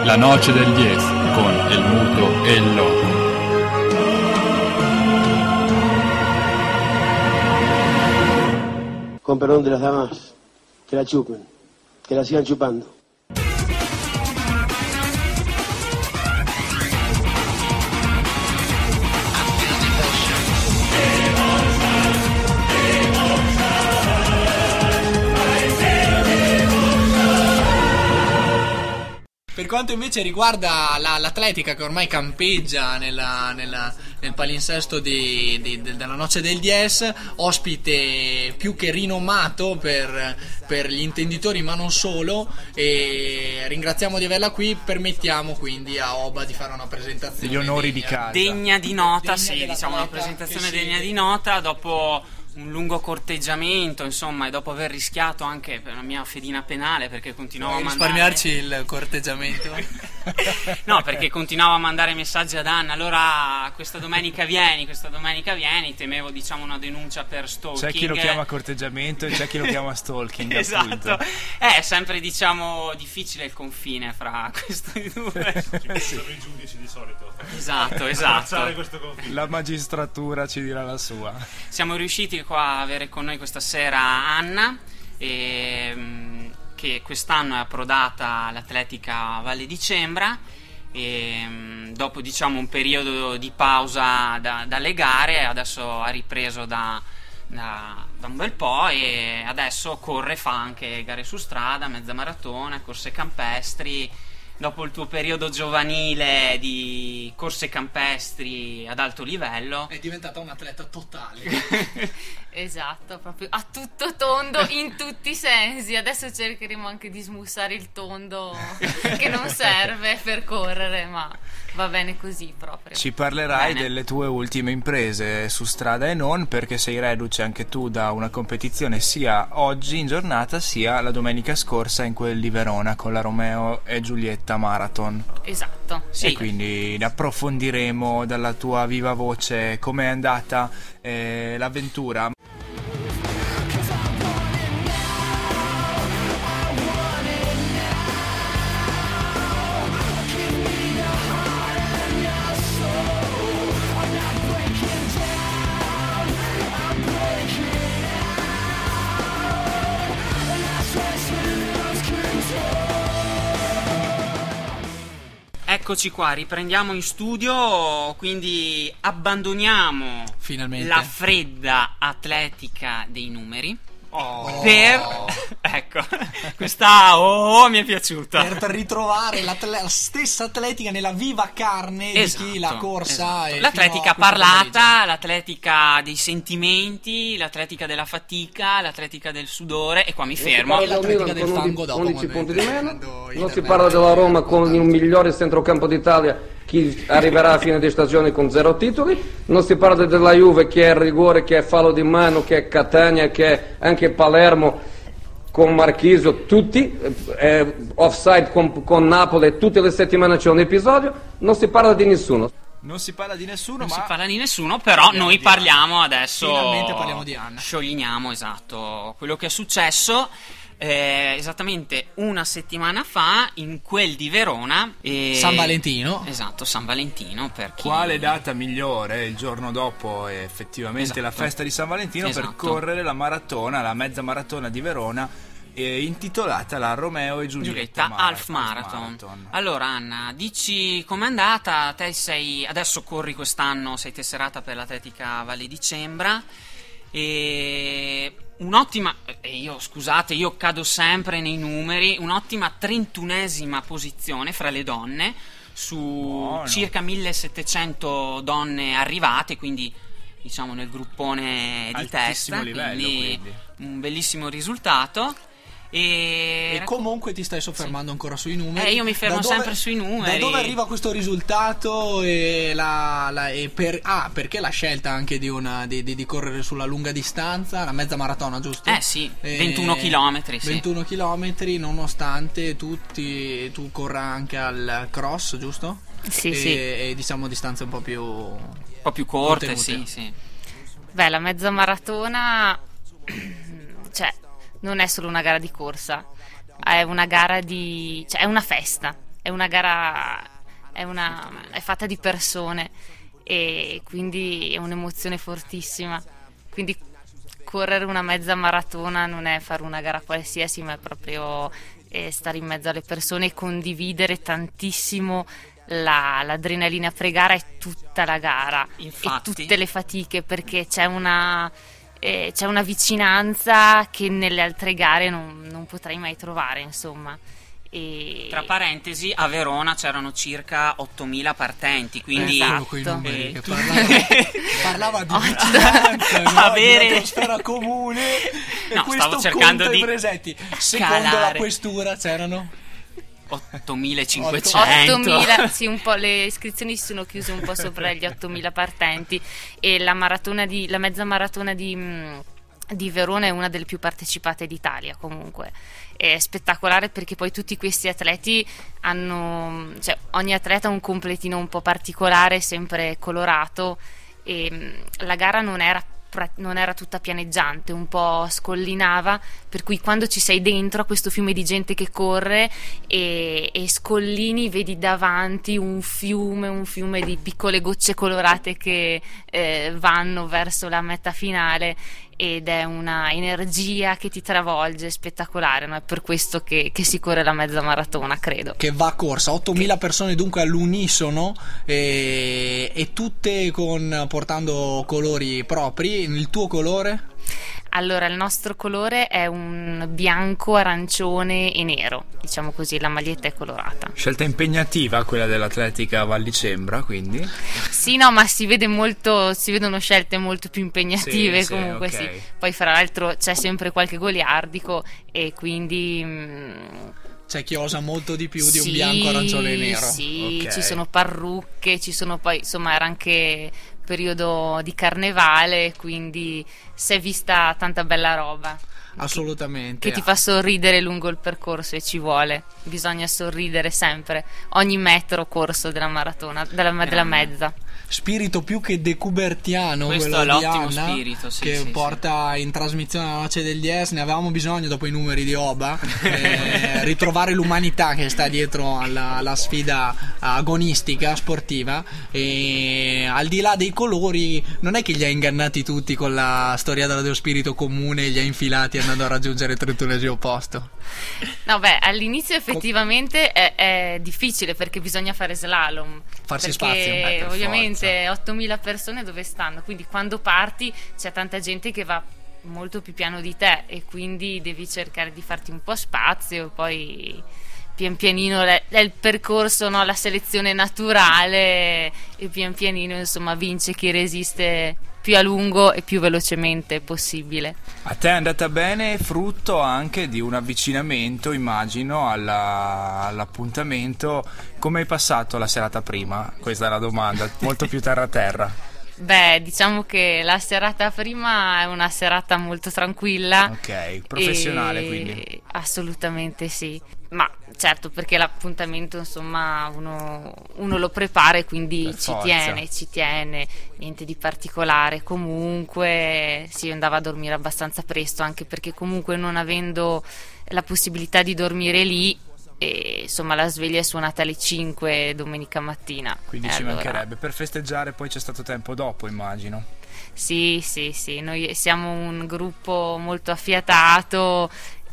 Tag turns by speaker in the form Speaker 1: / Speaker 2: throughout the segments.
Speaker 1: La noche del 10 con el muto e el loco.
Speaker 2: Con perdón de las damas, que la chupen, que la sigan chupando.
Speaker 3: Per quanto invece riguarda l'atletica che ormai campeggia nel palinsesto della Noce del Dies, ospite più che rinomato per gli intenditori ma non solo, e ringraziamo di averla qui. Permettiamo quindi a Oba di fare una presentazione
Speaker 4: gli onori di casa,
Speaker 5: degna di nota, diciamo una presentazione degna di nota dopo un lungo corteggiamento, insomma, e dopo aver rischiato anche per la mia fedina penale, perché continuavo a mandare...
Speaker 3: risparmiarci il corteggiamento?
Speaker 5: No, perché continuavo a mandare messaggi ad Anna, allora questa domenica vieni, temevo, diciamo, una denuncia per stalking.
Speaker 4: C'è chi lo chiama corteggiamento e c'è chi lo chiama stalking.
Speaker 5: Esatto,
Speaker 4: appunto.
Speaker 5: È sempre, diciamo, difficile il confine fra questi due.
Speaker 6: Sono i giudici di solito.
Speaker 5: Esatto.
Speaker 6: Questo confine.
Speaker 4: La magistratura ci dirà la sua.
Speaker 5: Siamo riusciti qua a avere con noi questa sera Anna, che quest'anno è approdata all'Atletica Valle di Cembra, e dopo, diciamo, un periodo di pausa dalle gare, adesso ha ripreso da un bel po', e adesso fa anche gare su strada, mezza maratona, corse campestri. Dopo il tuo periodo giovanile di corse campestri ad alto livello
Speaker 3: È diventata un atleta totale.
Speaker 7: Esatto, proprio a tutto tondo in tutti i sensi. Adesso cercheremo anche di smussare il tondo che non serve per correre, ma va bene così proprio.
Speaker 4: Ci parlerai
Speaker 5: Bene.
Speaker 4: delle tue ultime imprese su strada e non, perché sei reduce anche tu da una competizione sia oggi in giornata sia la domenica scorsa in quel di Verona con la Romeo e Giulietta Marathon.
Speaker 7: Esatto.
Speaker 5: Sì.
Speaker 4: E quindi approfondiremo dalla tua viva voce com'è andata l'avventura.
Speaker 5: Eccoci qua, riprendiamo in studio, quindi abbandoniamo
Speaker 3: Finalmente.
Speaker 5: la fredda atletica dei numeri ecco, questa mi è piaciuta.
Speaker 3: Per ritrovare la stessa atletica nella viva carne di chi la corsa.
Speaker 5: Esatto. L'atletica parlata, l'atletica dei sentimenti, l'atletica della fatica, l'atletica del sudore, e qua mi fermo.
Speaker 3: E l'atletica del fango dopo.
Speaker 2: 11 punti di meno. Non si parla della Roma con il migliore centrocampo d'Italia, chi arriverà a fine di stagione con 0 titoli. Non si parla della Juve, che è rigore, che è fallo di mano, che è Catania, che è anche Palermo con Marchisio, tutti offside con Napoli, tutte le settimane c'è un episodio. Non si parla di nessuno.
Speaker 4: Non si parla di nessuno,
Speaker 5: Non
Speaker 4: ma
Speaker 5: si parla di nessuno, però noi parliamo adesso.
Speaker 3: Finalmente parliamo di Anna.
Speaker 5: Sciogliniamo, esatto, quello che è successo esattamente una settimana fa in quel di Verona.
Speaker 3: San Valentino.
Speaker 5: Esatto, San Valentino. Per chi...
Speaker 4: quale data migliore il giorno dopo effettivamente
Speaker 5: Esatto.
Speaker 4: la festa di San Valentino per
Speaker 5: Esatto.
Speaker 4: correre la maratona, la mezza maratona di Verona, intitolata la Romeo e Giulietta
Speaker 5: Half Marathon. Allora Anna, dici com'è andata? Te adesso corri quest'anno, sei tesserata per l'Atletica Valle di Cembra, e un'ottima, io cado sempre nei numeri, un'ottima 31esima posizione fra le donne su circa 1700 donne arrivate, quindi diciamo nel gruppone di
Speaker 4: altissimo
Speaker 5: testa,
Speaker 4: livello, quindi
Speaker 5: un bellissimo risultato.
Speaker 3: E comunque ti stai soffermando ancora sui numeri.
Speaker 5: Io mi fermo sempre sui numeri.
Speaker 3: Da dove arriva questo risultato? Perché la scelta anche di correre sulla lunga distanza, la mezza maratona, giusto?
Speaker 5: Sì, 21 chilometri.
Speaker 3: 21 chilometri, nonostante tu corra anche al cross, giusto?
Speaker 7: Sì,
Speaker 3: e diciamo distanze un po' più
Speaker 5: corte,
Speaker 3: contenute.
Speaker 5: sì.
Speaker 7: Beh, la mezza maratona, cioè, non è solo una gara di corsa, è una gara è una festa. è una gara, è fatta di persone e quindi è un'emozione fortissima. Quindi correre una mezza maratona non è fare una gara qualsiasi, ma è proprio stare in mezzo alle persone e condividere tantissimo l'adrenalina pre-gara e tutta la gara.
Speaker 5: Infatti.
Speaker 7: E tutte le fatiche, perché c'è una vicinanza che nelle altre gare non potrai mai trovare, insomma.
Speaker 5: Tra parentesi, a Verona c'erano circa 8.000 partenti, quindi
Speaker 7: Esatto.
Speaker 8: Quei numeri che parlava di vicinanza, no?
Speaker 5: Avere-
Speaker 8: di atmosfera comune, e
Speaker 5: No,
Speaker 8: questo
Speaker 5: stavo cercando
Speaker 8: conta
Speaker 5: di
Speaker 8: i presenti. Secondo la
Speaker 5: calare.
Speaker 8: questura c'erano
Speaker 5: 8.500.
Speaker 7: 8.000, sì, un po', le iscrizioni si sono chiuse un po' sopra gli 8.000 partenti e la mezza maratona di Verona è una delle più partecipate d'Italia. Comunque è spettacolare perché poi tutti questi atleti hanno, cioè ogni atleta ha un completino un po' particolare, sempre colorato, e la gara non era tutta pianeggiante, un po' scollinava, per cui quando ci sei dentro a questo fiume di gente che corre e scollini, vedi davanti un fiume di piccole gocce colorate che vanno verso la meta finale, ed è una energia che ti travolge, spettacolare, no? È per questo che si corre la mezza maratona, credo.
Speaker 8: che va corsa, 8.000 persone dunque all'unisono, e tutte portando colori propri. Il tuo colore?
Speaker 7: Allora, il nostro colore è un bianco, arancione e nero, diciamo così, la maglietta è colorata.
Speaker 4: Scelta impegnativa quella dell'atletica Val di Cembra, quindi.
Speaker 7: Sì, no, ma si vedono scelte molto più impegnative,
Speaker 4: Sì,
Speaker 7: comunque
Speaker 4: ok.
Speaker 7: sì. Poi fra l'altro c'è sempre qualche goliardico e quindi
Speaker 8: C'è chi osa molto di più di un
Speaker 7: sì,
Speaker 8: bianco, arancione e nero.
Speaker 7: Sì,
Speaker 4: Ok.
Speaker 7: ci sono parrucche, ci sono poi, insomma, era anche periodo di carnevale, quindi si è vista tanta bella roba
Speaker 8: Assolutamente.
Speaker 7: che ti fa sorridere lungo il percorso, e ci vuole, bisogna sorridere sempre, ogni metro corso della maratona, della mezza.
Speaker 8: Spirito più che decubertiano,
Speaker 5: Questo
Speaker 8: quello
Speaker 5: è
Speaker 8: di
Speaker 5: l'ottimo
Speaker 8: Anna,
Speaker 5: spirito, sì,
Speaker 8: che
Speaker 5: sì,
Speaker 8: porta in trasmissione la noce del Dies. Ne avevamo bisogno dopo i numeri di Oba, ritrovare l'umanità che sta dietro alla sfida agonistica sportiva, e al di là dei colori non è che li ha ingannati tutti con la storia dello spirito comune e li ha infilati andando a raggiungere il 31esimo posto.
Speaker 7: No, beh, all'inizio effettivamente è difficile perché bisogna fare slalom.
Speaker 8: Farsi
Speaker 7: perché
Speaker 8: spazio.
Speaker 4: Per
Speaker 7: ovviamente
Speaker 4: forza.
Speaker 7: 8.000 persone dove stanno? Quindi quando parti c'è tanta gente che va molto più piano di te e quindi devi cercare di farti un po' spazio, e poi pian pianino è il percorso, no? La selezione naturale, e pian pianino insomma vince chi resiste più a lungo e più velocemente possibile.
Speaker 4: A te è andata bene, frutto anche di un avvicinamento, immagino, all'appuntamento. Come hai passato la serata prima? Questa è la domanda, molto più terra.
Speaker 7: Beh, diciamo che la serata prima è una serata molto tranquilla.
Speaker 4: Ok, professionale
Speaker 7: e-
Speaker 4: quindi.
Speaker 7: Assolutamente sì. Ma certo, perché l'appuntamento, insomma, uno lo prepara e quindi
Speaker 4: Per
Speaker 7: ci
Speaker 4: forza.
Speaker 7: tiene, niente di particolare. Comunque sì, andava a dormire abbastanza presto, anche perché comunque non avendo la possibilità di dormire lì, e insomma la sveglia è suonata alle 5 domenica mattina.
Speaker 4: Quindi
Speaker 7: E
Speaker 4: ci
Speaker 7: allora-
Speaker 4: mancherebbe. Per festeggiare poi c'è stato tempo dopo, immagino.
Speaker 7: Sì, noi siamo un gruppo molto affiatato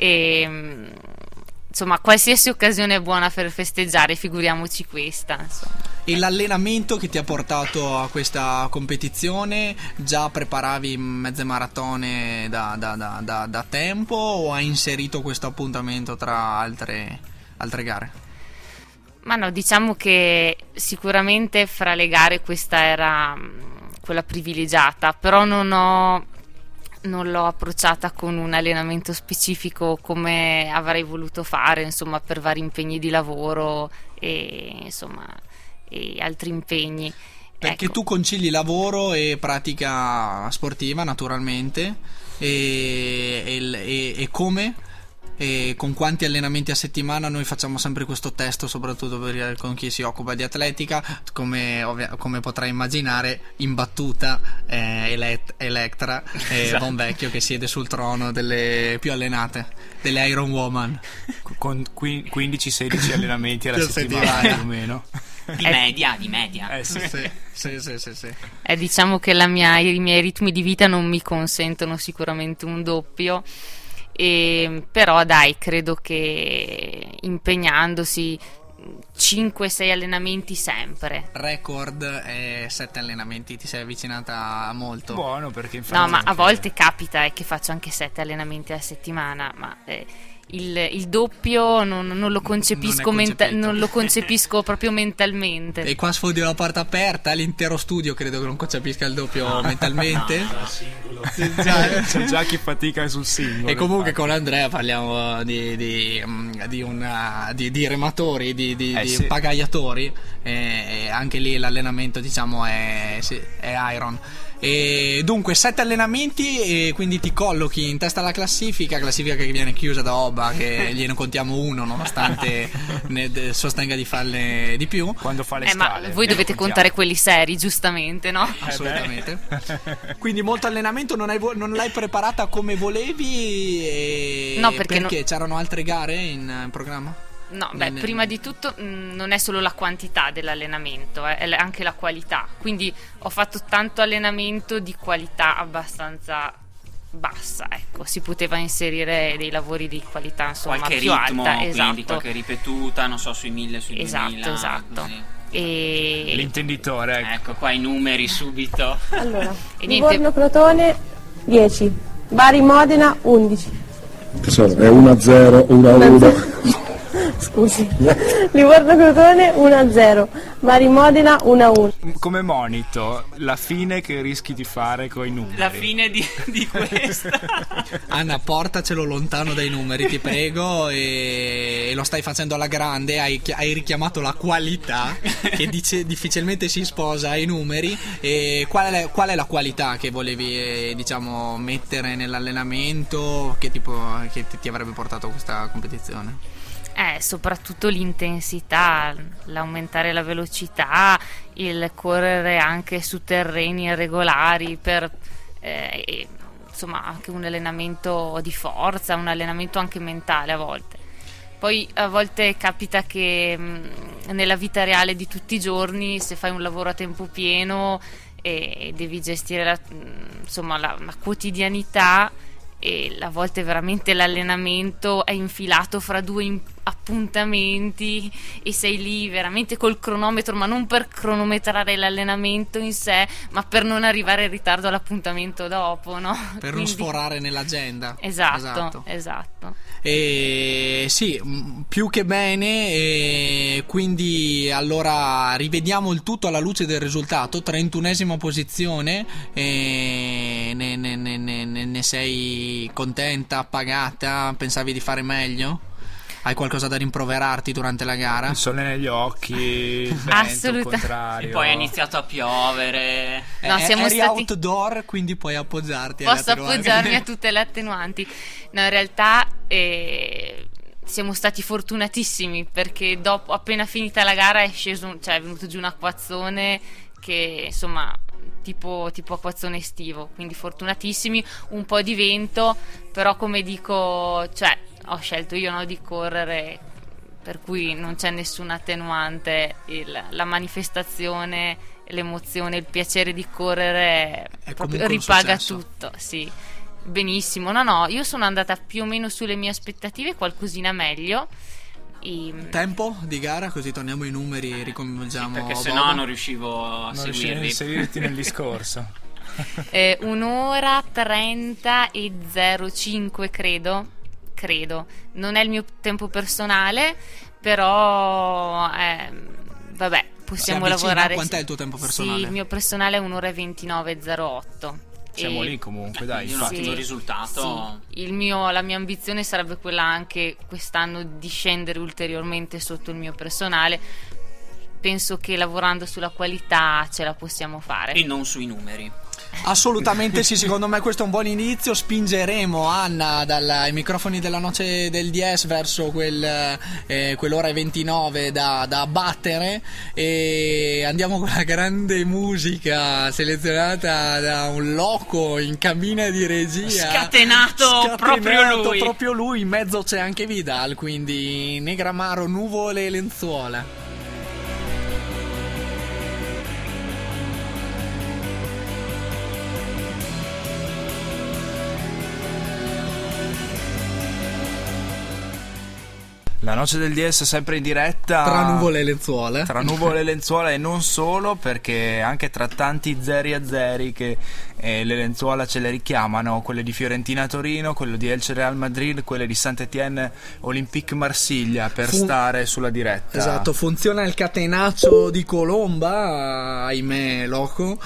Speaker 7: e insomma qualsiasi occasione è buona per festeggiare, figuriamoci questa, insomma.
Speaker 8: E l'allenamento che ti ha portato a questa competizione? Già preparavi mezze maratone da tempo, o hai inserito questo appuntamento tra altre gare?
Speaker 7: Ma no, diciamo che sicuramente fra le gare questa era quella privilegiata, però non l'ho approcciata con un allenamento specifico come avrei voluto fare, insomma, per vari impegni di lavoro e insomma e altri impegni.
Speaker 8: Perché
Speaker 7: Ecco.
Speaker 8: tu concili lavoro e pratica sportiva, naturalmente, e come? e con quanti allenamenti a settimana. Noi facciamo sempre questo test, soprattutto con chi si occupa di atletica, come potrai immaginare, in battuta Electra
Speaker 4: Esatto.
Speaker 8: Bonvecchio che siede sul trono delle più allenate, delle Iron Woman,
Speaker 4: con 15-16 allenamenti alla
Speaker 8: Per
Speaker 4: settimana
Speaker 8: settimana.
Speaker 4: più o meno.
Speaker 5: Di media.
Speaker 8: sì. Sì.
Speaker 7: Diciamo che i miei ritmi di vita non mi consentono sicuramente un doppio. Però dai, credo che impegnandosi 5-6 allenamenti sempre.
Speaker 8: Record è 7 allenamenti, ti sei avvicinata molto.
Speaker 4: Buono, perché infatti
Speaker 7: No, ma a volte capita che faccio anche 7 allenamenti a settimana, ma il doppio non lo concepisco, non lo concepisco proprio mentalmente.
Speaker 8: E qua sfondi la porta aperta, l'intero studio credo che non concepisca il doppio mentalmente.
Speaker 4: c'è già chi fatica sul singolo.
Speaker 8: E comunque con Andrea parliamo di rematori, di
Speaker 4: Sì.
Speaker 8: pagaiatori, e anche lì l'allenamento diciamo è iron. E dunque 7 allenamenti e quindi ti collochi in testa alla classifica che viene chiusa da Oba, che gliene contiamo uno nonostante sostenga di farle di più.
Speaker 4: Quando fa le
Speaker 7: Ma
Speaker 4: scale
Speaker 7: voi dovete
Speaker 4: contiamo.
Speaker 7: contare quelli seri, giustamente, no?
Speaker 8: Assolutamente. Quindi molto allenamento, non l'hai preparata come volevi?
Speaker 7: No, perché
Speaker 8: c'erano altre gare in programma?
Speaker 7: No, prima di tutto non è solo la quantità dell'allenamento, è anche la qualità. Quindi ho fatto tanto allenamento di qualità abbastanza bassa, ecco. Si poteva inserire dei lavori di qualità insomma
Speaker 5: Qualche
Speaker 7: più
Speaker 5: ritmo,
Speaker 7: alta,
Speaker 5: quindi
Speaker 7: esatto.
Speaker 5: qualche ripetuta, non so, sui 1000, sui 2000.
Speaker 7: Esatto.
Speaker 5: Così.
Speaker 7: E
Speaker 4: L'intenditore, ecco.
Speaker 5: Ecco qua i numeri subito.
Speaker 9: Allora,
Speaker 7: E niente.
Speaker 9: Livorno Crotone 10, Bari Modena 11.
Speaker 10: È 1-0, 1-1.
Speaker 9: Scusi. Livorno Crotone 1-0, Bari Modena 1-1.
Speaker 4: Come monito, la fine che rischi di fare coi numeri.
Speaker 5: La fine di questa.
Speaker 8: Anna, portacelo lontano dai numeri, ti prego, e lo stai facendo alla grande. Hai richiamato la qualità che difficilmente si sposa ai numeri. E qual è la qualità che volevi diciamo mettere nell'allenamento, che ti avrebbe portato a questa competizione?
Speaker 7: Soprattutto l'intensità, l'aumentare la velocità, il correre anche su terreni irregolari per insomma anche un allenamento di forza, un allenamento anche mentale a volte. Poi a volte capita che nella vita reale di tutti i giorni, se fai un lavoro a tempo pieno e devi gestire la quotidianità, e a volte veramente l'allenamento è infilato fra due appuntamenti e sei lì veramente col cronometro, ma non per cronometrare l'allenamento in sé, ma per non arrivare in ritardo all'appuntamento dopo, no?
Speaker 8: Per non sforare nell'agenda.
Speaker 7: Esatto.
Speaker 8: E sì, più che bene, e quindi allora rivediamo il tutto alla luce del risultato. 31esima posizione, e ne sei contenta, appagata? Pensavi di fare meglio? Hai qualcosa da rimproverarti durante la gara?
Speaker 4: Il sole negli occhi, il vento al contrario.
Speaker 5: E poi è iniziato a piovere.
Speaker 7: No, siamo
Speaker 8: eri
Speaker 7: stati
Speaker 8: outdoor, quindi puoi appoggiarti.
Speaker 7: Posso appoggiarmi a tutte le attenuanti. No, in realtà siamo stati fortunatissimi, perché dopo, appena finita la gara, è venuto giù un acquazzone che insomma tipo acquazzone estivo, quindi fortunatissimi. Un po' di vento, però come dico, ho scelto io di correre, per cui non c'è nessuna attenuante. La manifestazione, l'emozione, il piacere di correre proprio ripaga tutto, sì. Benissimo, no, io sono andata più o meno sulle mie aspettative, qualcosina meglio.
Speaker 8: Tempo di gara, così torniamo ai numeri, ricominciamo.
Speaker 5: Sì, perché sennò non riuscivo a
Speaker 4: seguirti nel discorso.
Speaker 7: 1 ora 30 e 05 credo. Non è il mio tempo personale, però vabbè, possiamo lavorare.
Speaker 8: Quant'è il tuo tempo personale?
Speaker 7: Sì, il mio personale è 1 ora 29 e 08.
Speaker 4: Siamo lì comunque, dai.
Speaker 5: Un ottimo risultato.
Speaker 7: Sì. La mia ambizione sarebbe quella anche quest'anno di scendere ulteriormente sotto il mio personale. Penso che lavorando sulla qualità ce la possiamo fare.
Speaker 5: E non sui numeri.
Speaker 8: Assolutamente sì, secondo me questo è un buon inizio. Spingeremo Anna dai microfoni della Noce del DS verso quell'ora e 29 da battere, e andiamo con la grande musica selezionata da un loco in cabina di regia,
Speaker 5: scatenato proprio lui.
Speaker 8: In mezzo c'è anche Vidal, quindi Negramaro, nuvole e lenzuola.
Speaker 4: La Noce del DS sempre in diretta
Speaker 8: tra nuvole e
Speaker 4: lenzuola e non solo, perché anche tra tanti 0-0 che le lenzuola ce le richiamano, quelle di Fiorentina-Torino, quello di Elche-Real Madrid, quelle di Saint-Étienne Olympique Marsiglia, per stare sulla diretta.
Speaker 8: Esatto, funziona il catenaccio di Colomba, ahimè loco,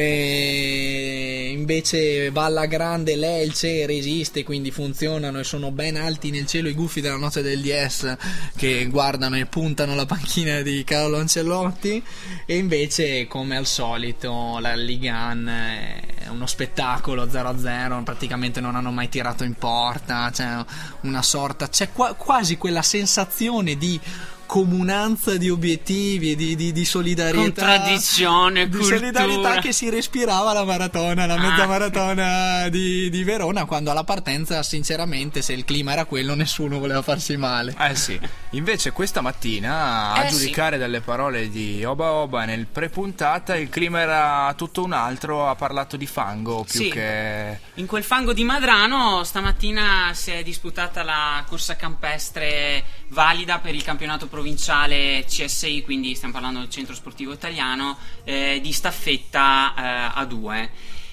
Speaker 8: e invece va alla grande l'Elche, resiste, quindi funzionano e sono ben alti nel cielo i gufi della Noce del DS che guardano e puntano la panchina di Carlo Ancelotti. E invece, come al solito, la Ligue 1 è uno spettacolo 0-0, praticamente non hanno mai tirato in porta, c'è una sorta, c'è quasi quella sensazione di comunanza di obiettivi, di solidarietà,
Speaker 5: contraddizione,
Speaker 8: di
Speaker 5: cultura,
Speaker 8: solidarietà che si respirava la mezza maratona di Verona, quando alla partenza sinceramente, se il clima era quello, nessuno voleva farsi male.
Speaker 4: Sì. Invece questa mattina, a giudicare dalle parole di Oba Oba nel pre-puntata, il clima era tutto un altro, ha parlato di fango più che...
Speaker 5: In quel fango di Madrano stamattina si è disputata la corsa campestre valida per il campionato provinciale CSI, quindi stiamo parlando del Centro Sportivo Italiano, di staffetta a 2,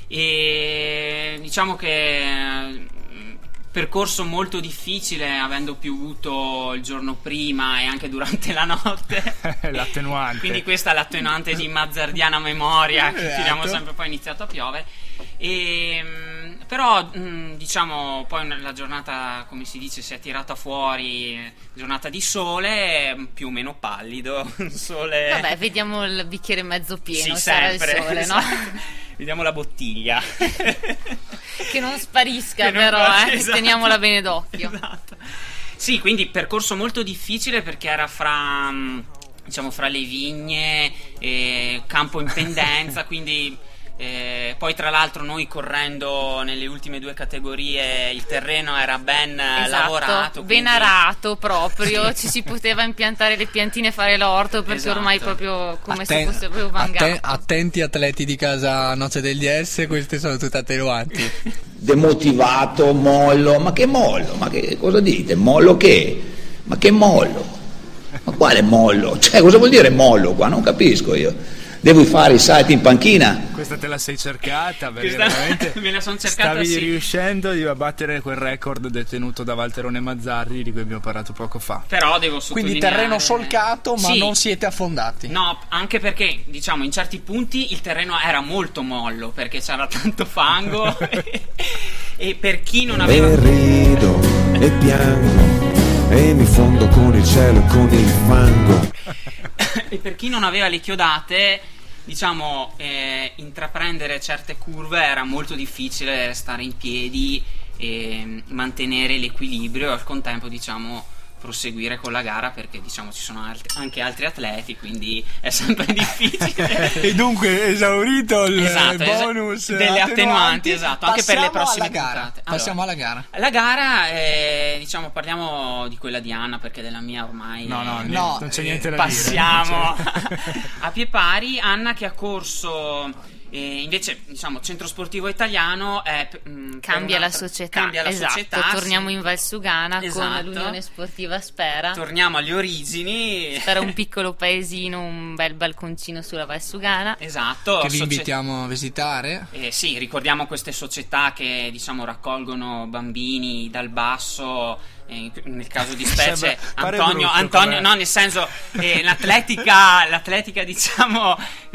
Speaker 5: e diciamo che percorso molto difficile, avendo piovuto il giorno prima e anche durante la notte.
Speaker 4: L'attenuante.
Speaker 5: Quindi questa è l'attenuante di mazzardiana memoria, che tiriamo sempre, poi è iniziato a piovere. Però diciamo poi la giornata, come si dice, si è tirata fuori, giornata di sole, più o meno pallido, sole.
Speaker 7: Vabbè, vediamo il bicchiere mezzo pieno,
Speaker 5: sì,
Speaker 7: sarà
Speaker 5: sempre,
Speaker 7: il sole,
Speaker 5: esatto.
Speaker 7: no?
Speaker 5: Vediamo la bottiglia.
Speaker 7: Che non sparisca,
Speaker 5: che non
Speaker 7: però,
Speaker 5: esatto.
Speaker 7: Teniamola bene d'occhio.
Speaker 5: Esatto. Sì, quindi percorso molto difficile, perché era fra le vigne, campo in pendenza, quindi poi tra l'altro noi correndo nelle ultime 2 categorie il terreno era ben lavorato,
Speaker 7: ben
Speaker 5: quindi...
Speaker 7: arato proprio, ci si poteva impiantare le piantine e fare l'orto, perché
Speaker 5: esatto.
Speaker 7: Ormai proprio come se fosse proprio vangato.
Speaker 8: Attenti atleti di casa Noce del DS, queste sono tutte attenuanti.
Speaker 11: Demotivato, mollo, ma che mollo? Ma che cosa dite? Mollo che? Ma che mollo? Ma quale mollo? Cioè, cosa vuol dire mollo qua? Non capisco io. Devo fare i salti in panchina?
Speaker 4: Questa te la sei cercata, perché veramente
Speaker 5: me la son cercata,
Speaker 4: stavi riuscendo a battere quel record detenuto da Valterone Mazzarri, di cui abbiamo parlato poco fa.
Speaker 5: Però devo sottolineare,
Speaker 8: quindi terreno solcato, ma non siete affondati.
Speaker 5: No, anche perché diciamo in certi punti il terreno era molto mollo, perché c'era tanto fango e per chi non aveva...
Speaker 12: E rido e piango e mi fondo con il cielo e con il fango.
Speaker 5: E per chi non aveva le chiodate, diciamo, intraprendere certe curve era molto difficile, stare in piedi e mantenere l'equilibrio e al contempo, diciamo, proseguire con la gara, perché diciamo ci sono anche altri atleti, quindi è sempre difficile.
Speaker 8: E dunque esaurito il bonus
Speaker 5: delle attenuanti, esatto, anche per le prossime
Speaker 8: gara.
Speaker 5: puntate.
Speaker 8: Passiamo alla gara.
Speaker 5: La gara, diciamo, parliamo di quella di Anna, perché della mia ormai
Speaker 4: no, non c'è niente da
Speaker 5: passiamo a pie pari. Anna che ha corso invece, diciamo, Centro Sportivo Italiano
Speaker 7: cambia la società, esatto. Torniamo in Valsugana, con l'Unione Sportiva Spera.
Speaker 5: Torniamo alle origini.
Speaker 7: Spera, un piccolo paesino, un bel balconcino sulla Valsugana.
Speaker 5: Esatto.
Speaker 8: Che vi invitiamo a visitare.
Speaker 5: Sì, ricordiamo queste società che, diciamo, raccolgono bambini dal basso. Nel caso di specie Antonio, no, nel senso l'atletica diciamo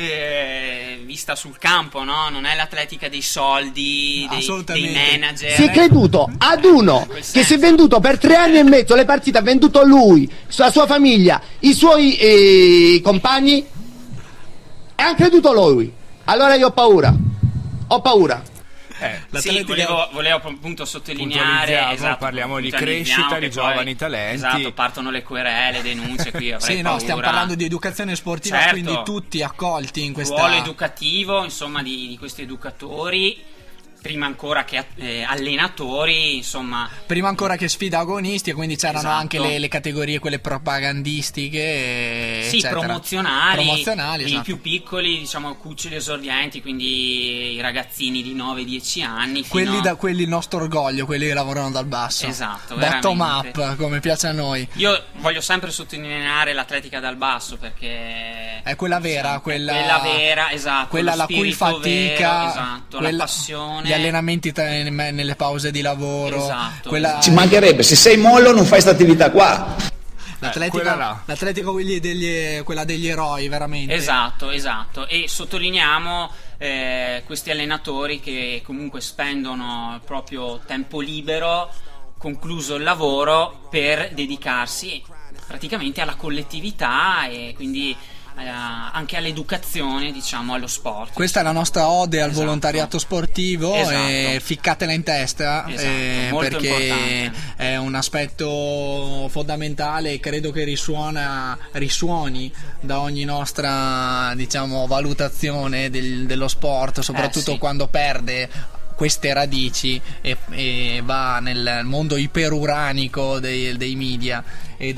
Speaker 5: vista sul campo, no? Non è l'atletica dei soldi, dei manager.
Speaker 13: Si è creduto ad uno che si è venduto per 3 anni e mezzo le partite, ha venduto lui, la sua famiglia, i suoi compagni, e hanno creduto lui. Allora io ho paura Ho paura.
Speaker 5: Sì, volevo appunto sottolineare,
Speaker 4: parliamo di crescita di giovani talenti.
Speaker 5: Esatto, partono le querele, denunce, qui avrei paura.
Speaker 8: Stiamo parlando di educazione sportiva,
Speaker 5: certo,
Speaker 8: quindi tutti accolti in questa
Speaker 5: ruolo educativo, insomma, di questi educatori. Prima ancora che allenatori, insomma.
Speaker 8: Prima ancora che sfida agonisti, e quindi c'erano anche le categorie, quelle propagandistiche,
Speaker 5: sì,
Speaker 8: eccetera.
Speaker 5: promozionali,
Speaker 8: esatto.
Speaker 5: I più piccoli, diciamo, cuccioli esordienti, quindi i ragazzini di 9-10 anni.
Speaker 8: Quelli il nostro orgoglio, quelli che lavorano dal basso.
Speaker 5: Esatto,
Speaker 8: bottom
Speaker 5: veramente.
Speaker 8: up, come piace a noi.
Speaker 5: Io voglio sempre sottolineare l'atletica dal basso, perché
Speaker 8: è quella vera,
Speaker 5: quella vera, esatto.
Speaker 8: Quella la cui fatica,
Speaker 5: vero, esatto, la passione.
Speaker 8: Gli allenamenti nelle pause di lavoro,
Speaker 5: esatto,
Speaker 11: ci mancherebbe, se sei mollo non fai sta attività qua.
Speaker 8: L'atletica quella degli eroi, veramente.
Speaker 5: Esatto, e sottolineiamo questi allenatori che comunque spendono il proprio tempo libero, concluso il lavoro, per dedicarsi praticamente alla collettività e quindi anche all'educazione, diciamo, allo sport.
Speaker 8: Questa è la nostra ode al volontariato sportivo, e ficcatela in testa,
Speaker 5: molto
Speaker 8: perché
Speaker 5: importante.
Speaker 8: È un aspetto fondamentale e credo che risuoni da ogni nostra, diciamo, valutazione dello sport, soprattutto quando perde queste radici e va nel mondo iperuranico dei media e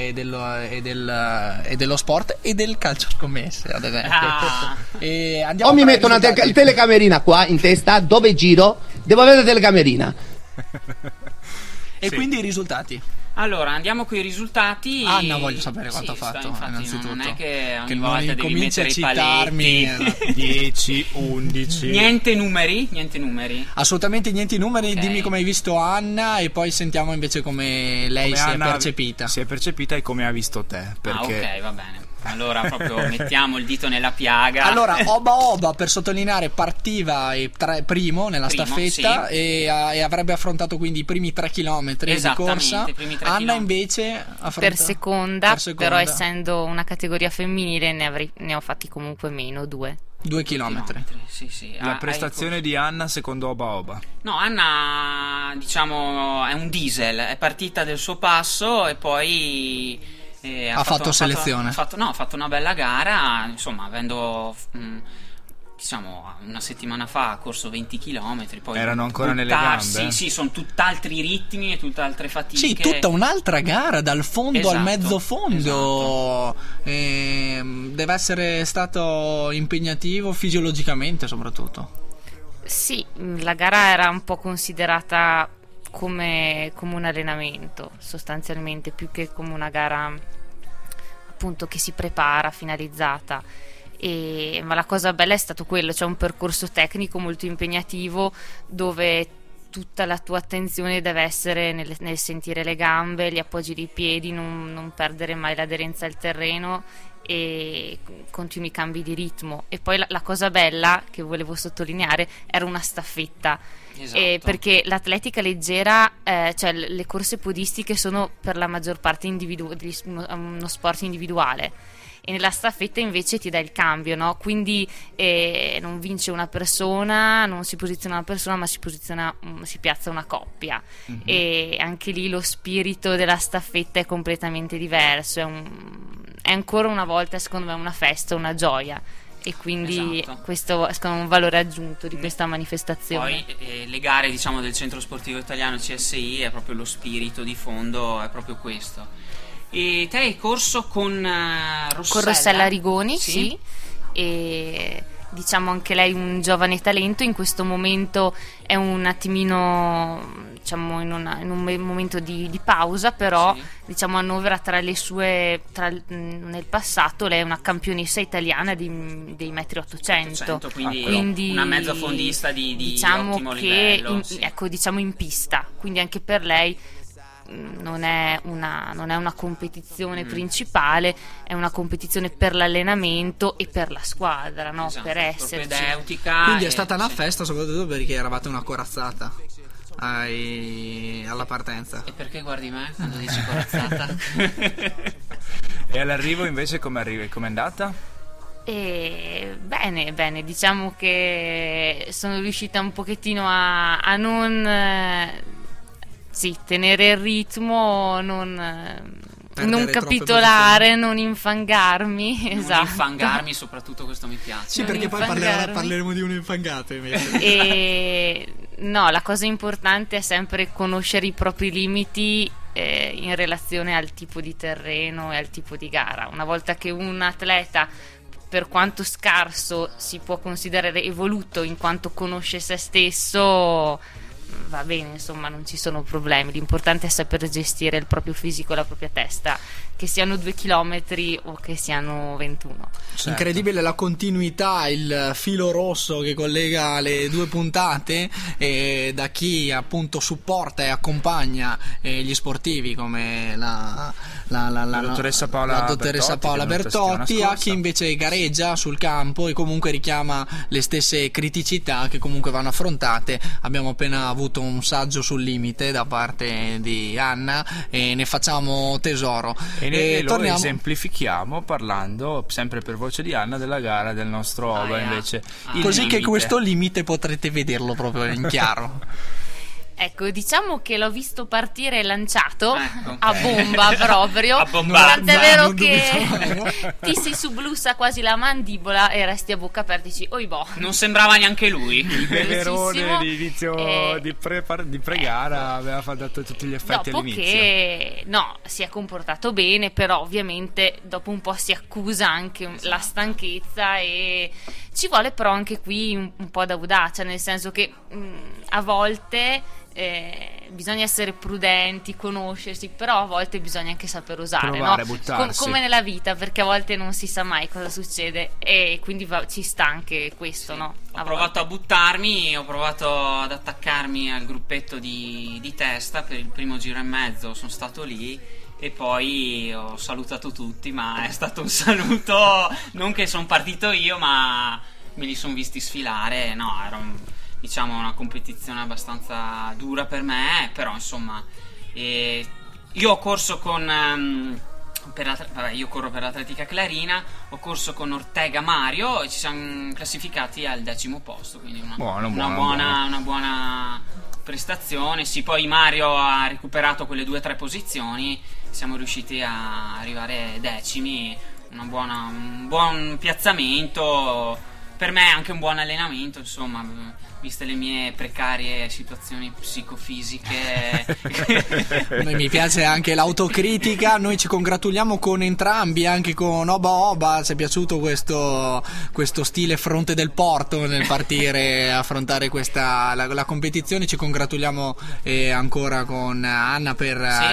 Speaker 8: dello sport e del calcio scommesse, ad esempio. E
Speaker 13: o mi metto una telecamerina qua in testa, dove giro devo avere la telecamerina.
Speaker 8: E quindi i risultati.
Speaker 5: Allora, andiamo con i risultati.
Speaker 8: Anna, voglio sapere quanto ha fatto.
Speaker 5: Infatti,
Speaker 8: innanzitutto.
Speaker 5: non è che ogni
Speaker 8: non
Speaker 5: volta devi mettere i paletti.
Speaker 4: 10, 11.
Speaker 5: Niente numeri.
Speaker 8: Assolutamente niente numeri. Okay. Dimmi come hai visto Anna e poi sentiamo invece come lei si è percepita.
Speaker 4: Si è percepita e come ha visto te. Perché...
Speaker 5: ok, va bene. Allora proprio mettiamo il dito nella piaga.
Speaker 8: Allora, Oba, per sottolineare, partiva primo nella staffetta, sì. e avrebbe affrontato quindi i primi 3 chilometri di corsa. Anna invece
Speaker 7: per seconda, però essendo una categoria femminile ne ho fatti comunque meno, 2
Speaker 8: chilometri.
Speaker 5: Sì.
Speaker 4: La prestazione di Anna secondo Oba.
Speaker 5: No, Anna, diciamo, è un diesel, è partita del suo passo e poi ha fatto selezione. Ha fatto una bella gara, insomma, avendo diciamo una settimana fa ha corso 20 km, poi
Speaker 4: erano ancora nelle gambe.
Speaker 5: Sì, sono tutt'altri ritmi e tutt'altre fatiche.
Speaker 8: Sì, tutta un'altra gara dal fondo al mezzo fondo. Deve essere stato impegnativo fisiologicamente, soprattutto.
Speaker 7: Sì, la gara era un po' considerata come un allenamento, sostanzialmente, più che come una gara appunto che si prepara, finalizzata. Ma la cosa bella è stato quello, c'è un percorso tecnico molto impegnativo dove tutta la tua attenzione deve essere nel sentire le gambe, gli appoggi dei piedi, non perdere mai l'aderenza al terreno e continui cambi di ritmo. E poi la cosa bella che volevo sottolineare era una staffetta.
Speaker 5: Esatto.
Speaker 7: Perché l'atletica leggera, cioè le corse podistiche sono per la maggior parte uno sport individuale, e nella staffetta invece ti dà il cambio, no? Quindi non vince una persona, non si posiziona una persona, ma si piazza una coppia. Mm-hmm. E anche lì lo spirito della staffetta è completamente diverso, è ancora una volta secondo me una festa, una gioia. E quindi questo è un valore aggiunto di questa manifestazione.
Speaker 5: Poi le gare, diciamo, del Centro Sportivo Italiano CSI è proprio lo spirito di fondo, è proprio questo. E te hai corso con
Speaker 7: Rossella Rigoni, sì. E diciamo anche lei un giovane talento, in questo momento è un attimino, diciamo, in un momento di pausa, però sì. Diciamo annovera nel passato lei è una campionessa italiana dei 1,8 m, quindi
Speaker 5: una mezza fondista di
Speaker 7: diciamo
Speaker 5: ottimo livello,
Speaker 7: ecco, diciamo in pista, quindi anche per lei non è una competizione principale, è una competizione per l'allenamento e per la squadra, no?
Speaker 5: Esatto,
Speaker 7: per esserci.
Speaker 5: Propedeutica.
Speaker 8: Quindi è stata una festa, soprattutto perché eravate una corazzata alla partenza.
Speaker 5: E perché guardi me quando dici corazzata?
Speaker 4: E all'arrivo invece come è andata?
Speaker 7: Bene, diciamo che sono riuscita un pochettino a non tenere il ritmo, non capitolare, non infangarmi.
Speaker 5: Non
Speaker 7: esatto.
Speaker 5: infangarmi, soprattutto questo mi piace.
Speaker 8: Sì, perché poi parleremo di un infangato invece.
Speaker 7: E no, la cosa importante è sempre conoscere i propri limiti in relazione al tipo di terreno e al tipo di gara. Una volta che un atleta, per quanto scarso, si può considerare evoluto in quanto conosce se stesso, va bene, insomma, non ci sono problemi. L'importante è saper gestire il proprio fisico e la propria testa, che siano 2 chilometri o che siano 21.
Speaker 8: Certo. Incredibile la continuità, il filo rosso che collega le due puntate, da chi appunto supporta e accompagna gli sportivi come la
Speaker 4: dottoressa Paola
Speaker 8: Bertotti, a chi invece gareggia sul campo e comunque richiama le stesse criticità che comunque vanno affrontate. Abbiamo appena avuto un saggio sul limite da parte di Anna e ne facciamo tesoro.
Speaker 4: E lo esemplifichiamo parlando, sempre per voce di Anna, della gara del nostro Oba invece.
Speaker 8: Così limite. Che questo limite potrete vederlo proprio in chiaro.
Speaker 7: Ecco, diciamo che l'ho visto partire lanciato a bomba proprio.
Speaker 5: A bomba.
Speaker 7: Tant'è vero che ti si sublussa quasi la mandibola e resti a bocca aperta e dici oibò.
Speaker 5: Non sembrava neanche lui.
Speaker 4: Il beverone di inizio di pre-gara aveva dato tutti gli effetti all'inizio.
Speaker 7: Che si è comportato bene, però ovviamente dopo un po' si accusa anche la stanchezza e ci vuole però anche qui un po' d'audacia, nel senso che a volte bisogna essere prudenti, conoscersi, però a volte bisogna anche saper osare,
Speaker 4: provare, buttarsi.
Speaker 7: Come nella vita, perché a volte non si sa mai cosa succede e quindi ci sta anche questo, no?
Speaker 5: Ho provato a buttarmi, ho provato ad attaccarmi al gruppetto di testa per il primo giro e mezzo, sono stato lì e poi ho salutato tutti, ma è stato un saluto non che sono partito io, ma me li sono visti sfilare. No, era una competizione abbastanza dura per me, però insomma io ho corso io corro per l'Atletica Clarina, ho corso con Ortega Mario e ci siamo classificati al 10° posto, quindi una buona prestazione. Sì, poi Mario ha recuperato quelle 2 o 3 posizioni, siamo riusciti a arrivare 10º, un buon piazzamento, per me anche un buon allenamento, insomma, viste le mie precarie situazioni psicofisiche.
Speaker 8: Mi piace anche l'autocritica. Noi ci congratuliamo con entrambi, anche con Oba Oba. Ci è piaciuto questo stile fronte del porto nel partire a affrontare la competizione. Ci congratuliamo ancora con Anna per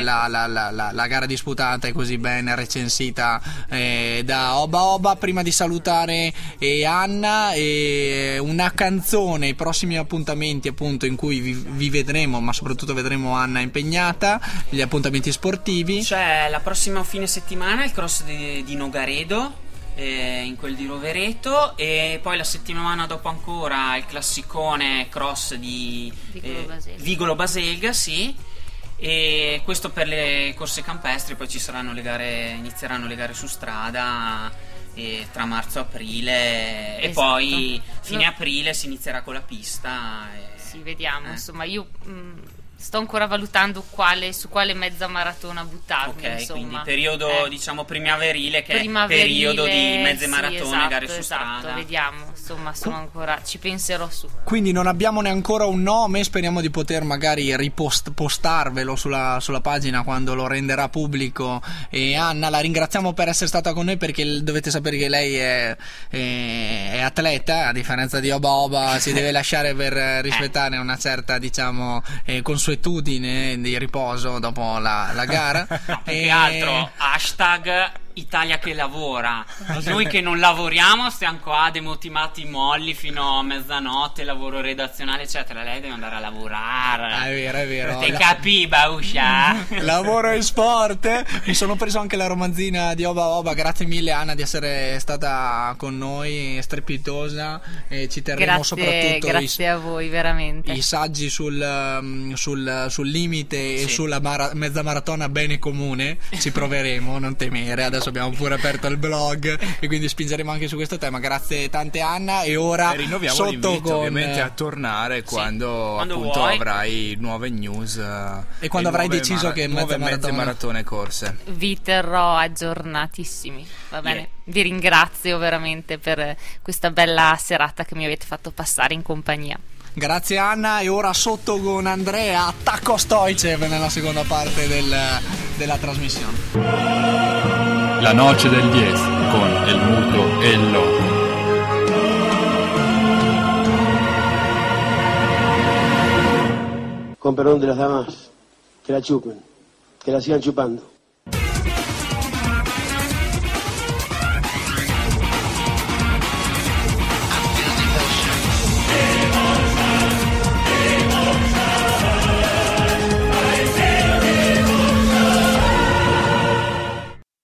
Speaker 8: la gara disputata e così ben recensita da Oba Oba. Prima di salutare Anna, una canzone, i prossimi appuntamenti appunto in cui vi vedremo, ma soprattutto vedremo Anna impegnata, gli appuntamenti sportivi.
Speaker 5: C'è la prossima fine settimana il cross di Nogaredo, in quel di Rovereto, e poi la settimana dopo ancora il classicone cross di Vigolo Baselga, sì. E questo per le corse campestri. Poi ci saranno inizieranno le gare su strada tra marzo e aprile, e poi fine aprile si inizierà con la pista
Speaker 7: sì, vediamo, insomma, io sto ancora valutando su quale mezza maratona buttarmi, insomma.
Speaker 5: Quindi periodo diciamo primaverile, che è periodo di mezze maratone, gare su strada.
Speaker 7: Vediamo, insomma, sono ancora, ci penserò su.
Speaker 8: Quindi non abbiamo neanche ancora un nome, speriamo di poter magari postarvelo sulla pagina quando lo renderà pubblico. E Anna, la ringraziamo per essere stata con noi, perché dovete sapere che lei è atleta, a differenza di Oba Oba si deve lasciare per rispettare una certa, diciamo, consuetudine di riposo dopo la gara.
Speaker 5: No, più che altro hashtag Italia che lavora. Noi che non lavoriamo stiamo qua demotivati molli fino a mezzanotte, lavoro redazionale eccetera. Lei deve andare a lavorare.
Speaker 8: È vero.
Speaker 5: Te capi, Bauscia?
Speaker 8: Lavoro e sport. Mi sono preso anche la romanzina di Oba Oba. Grazie mille Anna di essere stata con noi, strepitosa, e ci terremo soprattutto
Speaker 7: grazie a voi, veramente.
Speaker 8: I saggi sul limite e sulla mezza maratona bene comune ci proveremo, non temere. Adesso adesso abbiamo pure aperto il blog e quindi spingeremo anche su questo tema. Grazie tante Anna, e ora
Speaker 4: rinnoviamo
Speaker 8: sotto
Speaker 4: l'invito
Speaker 8: con...
Speaker 4: ovviamente a tornare quando appunto
Speaker 5: vuoi.
Speaker 4: avrai nuove news
Speaker 8: e quando avrai deciso che
Speaker 4: mezze maratone corse.
Speaker 7: Vi terrò aggiornatissimi, va bene? Vi ringrazio veramente per questa bella serata che mi avete fatto passare in compagnia.
Speaker 8: Grazie Anna, e ora sotto con Andrea, attacco Stoicev nella seconda parte della trasmissione.
Speaker 1: La noce del 10 con el muto e el loco.
Speaker 13: Con perdón de las damas, que la chupen, que la sigan chupando.